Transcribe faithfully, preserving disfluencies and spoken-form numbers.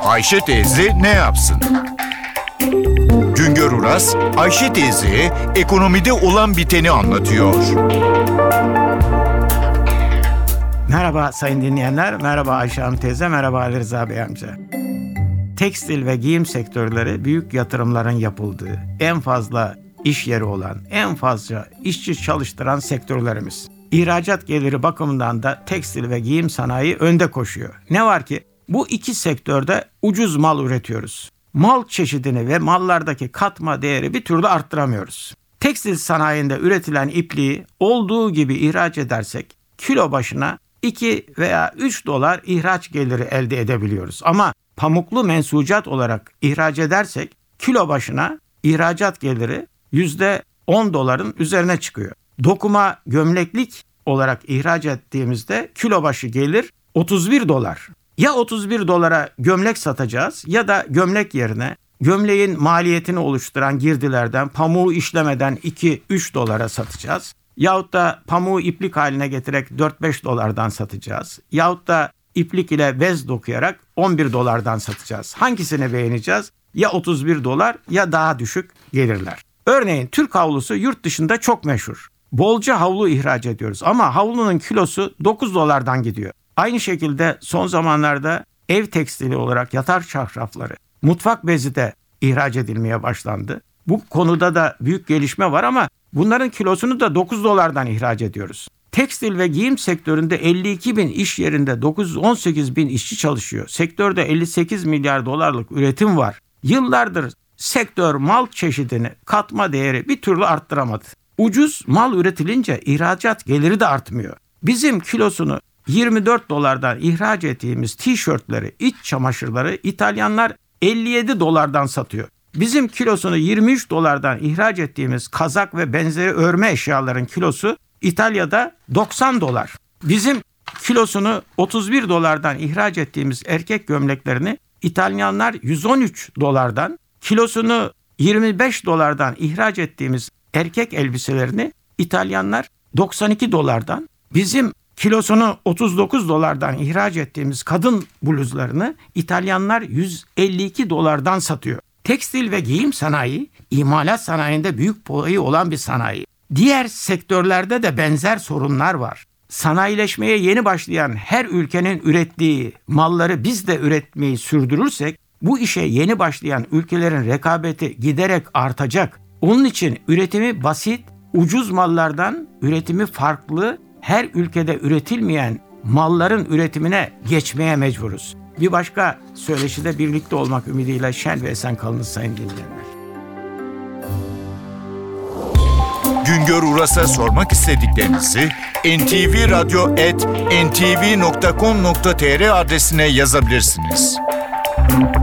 Ayşe teyze ne yapsın? Güngör Uras, Ayşe teyzeye ekonomide olan biteni anlatıyor. Merhaba sayın dinleyenler, merhaba Ayşe Hanım teyze, merhaba Ali Rıza Bey amca. Tekstil ve giyim sektörleri büyük yatırımların yapıldığı, en fazla iş yeri olan, en fazla işçi çalıştıran sektörlerimiz. İhracat geliri bakımından da tekstil ve giyim sanayi önde koşuyor. Ne var ki bu iki sektörde ucuz mal üretiyoruz. Mal çeşidini ve mallardaki katma değeri bir türlü arttıramıyoruz. Tekstil sanayinde üretilen ipliği olduğu gibi ihraç edersek kilo başına iki veya üç dolar ihraç geliri elde edebiliyoruz. Ama pamuklu mensucat olarak ihraç edersek kilo başına ihracat geliri yüzde on doların üzerine çıkıyor. Dokuma gömleklik olarak ihraç ettiğimizde kilo başı gelir otuz bir dolar. Ya otuz bir dolara gömlek satacağız ya da gömlek yerine gömleğin maliyetini oluşturan girdilerden pamuğu işlemeden iki üç dolara satacağız. Yahut da pamuğu iplik haline getirerek dört beş dolardan satacağız. Yahut da iplik ile bez dokuyarak on bir dolardan satacağız. Hangisini beğeneceğiz? Ya otuz bir dolar ya daha düşük gelirler. Örneğin Türk havlusu yurt dışında çok meşhur. Bolca havlu ihraç ediyoruz ama havlunun kilosu dokuz dolardan gidiyor. Aynı şekilde son zamanlarda ev tekstili olarak yatar çarşafları, mutfak bezi de ihraç edilmeye başlandı. Bu konuda da büyük gelişme var ama bunların kilosunu da dokuz dolardan ihraç ediyoruz. Tekstil ve giyim sektöründe elli iki bin iş yerinde dokuz yüz on sekiz bin işçi çalışıyor. Sektörde elli sekiz milyar dolarlık üretim var. Yıllardır sektör mal çeşidini, katma değeri bir türlü arttıramadı. Ucuz mal üretilince ihracat geliri de artmıyor. Bizim kilosunu yirmi dört dolardan ihraç ettiğimiz tişörtleri, iç çamaşırları İtalyanlar elli yedi dolardan satıyor. Bizim kilosunu yirmi üç dolardan ihraç ettiğimiz kazak ve benzeri örme eşyaların kilosu İtalya'da doksan dolar. Bizim kilosunu otuz bir dolardan ihraç ettiğimiz erkek gömleklerini İtalyanlar yüz on üç dolardan, kilosunu yirmi beş dolardan ihraç ettiğimiz erkek elbiselerini İtalyanlar doksan iki dolardan, bizim kilosunu otuz dokuz dolardan ihraç ettiğimiz kadın bluzlarını İtalyanlar yüz elli iki dolardan satıyor. Tekstil ve giyim sanayi, imalat sanayinde büyük payı olan bir sanayi. Diğer sektörlerde de benzer sorunlar var. Sanayileşmeye yeni başlayan her ülkenin ürettiği malları biz de üretmeyi sürdürürsek, bu işe yeni başlayan ülkelerin rekabeti giderek artacak. Onun için üretimi basit, ucuz mallardan üretimi farklı, her ülkede üretilmeyen malların üretimine geçmeye mecburuz. Bir başka söyleşide birlikte olmak ümidiyle şen ve esen kalınız sayın dinleyenler. Güngör Uras'a sormak istediklerinizi en ti vi radyo at en ti vi nokta com nokta tr adresine yazabilirsiniz.